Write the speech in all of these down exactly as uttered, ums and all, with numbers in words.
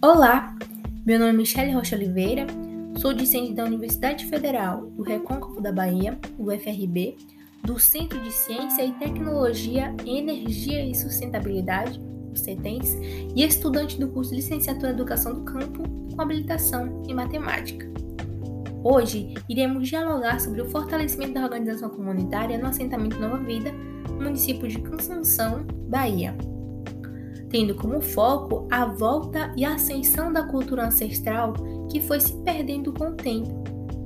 Olá, meu nome é Michele Rocha Oliveira, sou discente da Universidade Federal do Recôncavo da Bahia, U F R B, do Centro de Ciência e Tecnologia, Energia e Sustentabilidade, o CETENS, e estudante do curso de Licenciatura em Educação do Campo com habilitação em Matemática. Hoje, iremos dialogar sobre o fortalecimento da organização comunitária no assentamento Nova Vida, no município de Cansanção, Bahia, tendo como foco a volta e a ascensão da cultura ancestral que foi se perdendo com o tempo.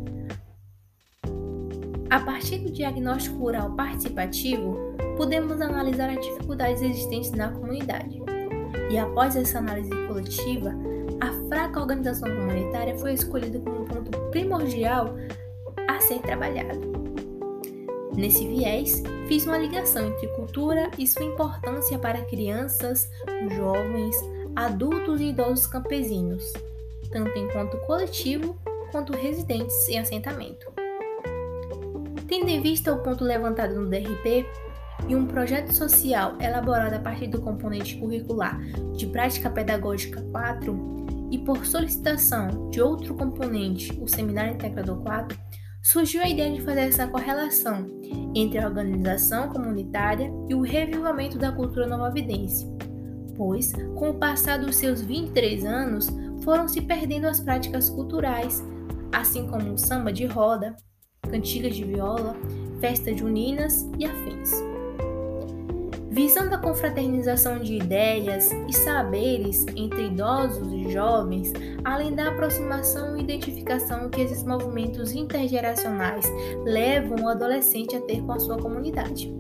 A partir do diagnóstico rural participativo, podemos analisar as dificuldades existentes na comunidade. E após essa análise coletiva, a fraca organização comunitária foi escolhida como um ponto primordial a ser trabalhado. Nesse viés, fiz uma ligação entre cultura e sua importância para crianças, jovens, adultos e idosos campesinos, tanto enquanto coletivo quanto residentes em assentamento. Tendo em vista o ponto levantado no D R P e um projeto social elaborado a partir do componente curricular de Prática Pedagógica quatro e por solicitação de outro componente, o Seminário Integrador quatro, surgiu a ideia de fazer essa correlação entre a organização comunitária e o revivamento da cultura novavidense, pois, com o passar dos seus vinte e três anos, foram se perdendo as práticas culturais, assim como o samba de roda, cantigas de viola, festas juninas e afins. Visando a confraternização de ideias e saberes entre idosos e jovens, além da aproximação e identificação que esses movimentos intergeracionais levam o adolescente a ter com a sua comunidade.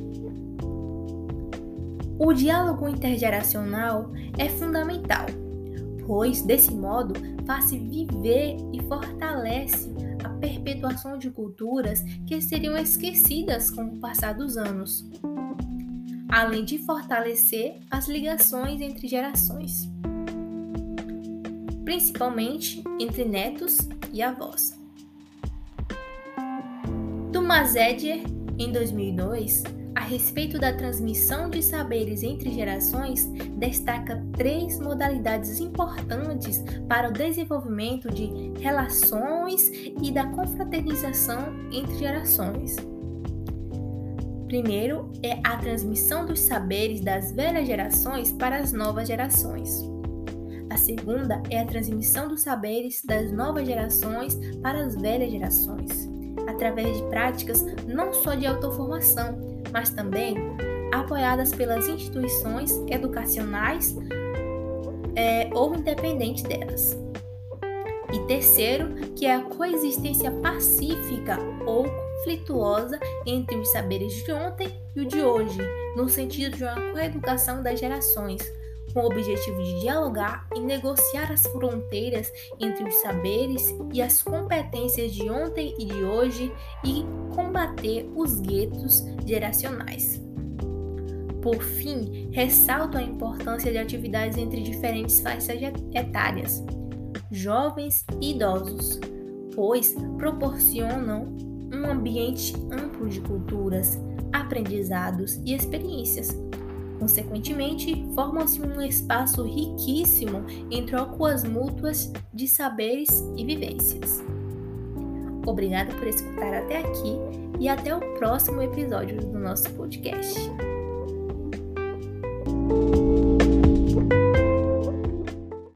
O diálogo intergeracional é fundamental, pois, desse modo, faz-se viver e fortalece a perpetuação de culturas que seriam esquecidas com o passar dos anos, além de fortalecer as ligações entre gerações, principalmente entre netos e avós. Thomas Edger, em dois mil e dois, a respeito da transmissão de saberes entre gerações, destaca três modalidades importantes para o desenvolvimento de relações e da confraternização entre gerações. Primeiro é a transmissão dos saberes das velhas gerações para as novas gerações. A segunda é a transmissão dos saberes das novas gerações para as velhas gerações, através de práticas não só de autoformação, mas também apoiadas pelas instituições educacionais é, ou independentes delas. E terceiro, que é a coexistência pacífica ou conflituosa entre os saberes de ontem e o de hoje, no sentido de uma coeducação das gerações, com o objetivo de dialogar e negociar as fronteiras entre os saberes e as competências de ontem e de hoje e combater os guetos geracionais. Por fim, ressalto a importância de atividades entre diferentes faixas etárias, jovens e idosos, pois proporcionam um ambiente amplo de culturas, aprendizados e experiências. Consequentemente, formam-se um espaço riquíssimo em trocas mútuas de saberes e vivências. Obrigada por escutar até aqui e até o próximo episódio do nosso podcast.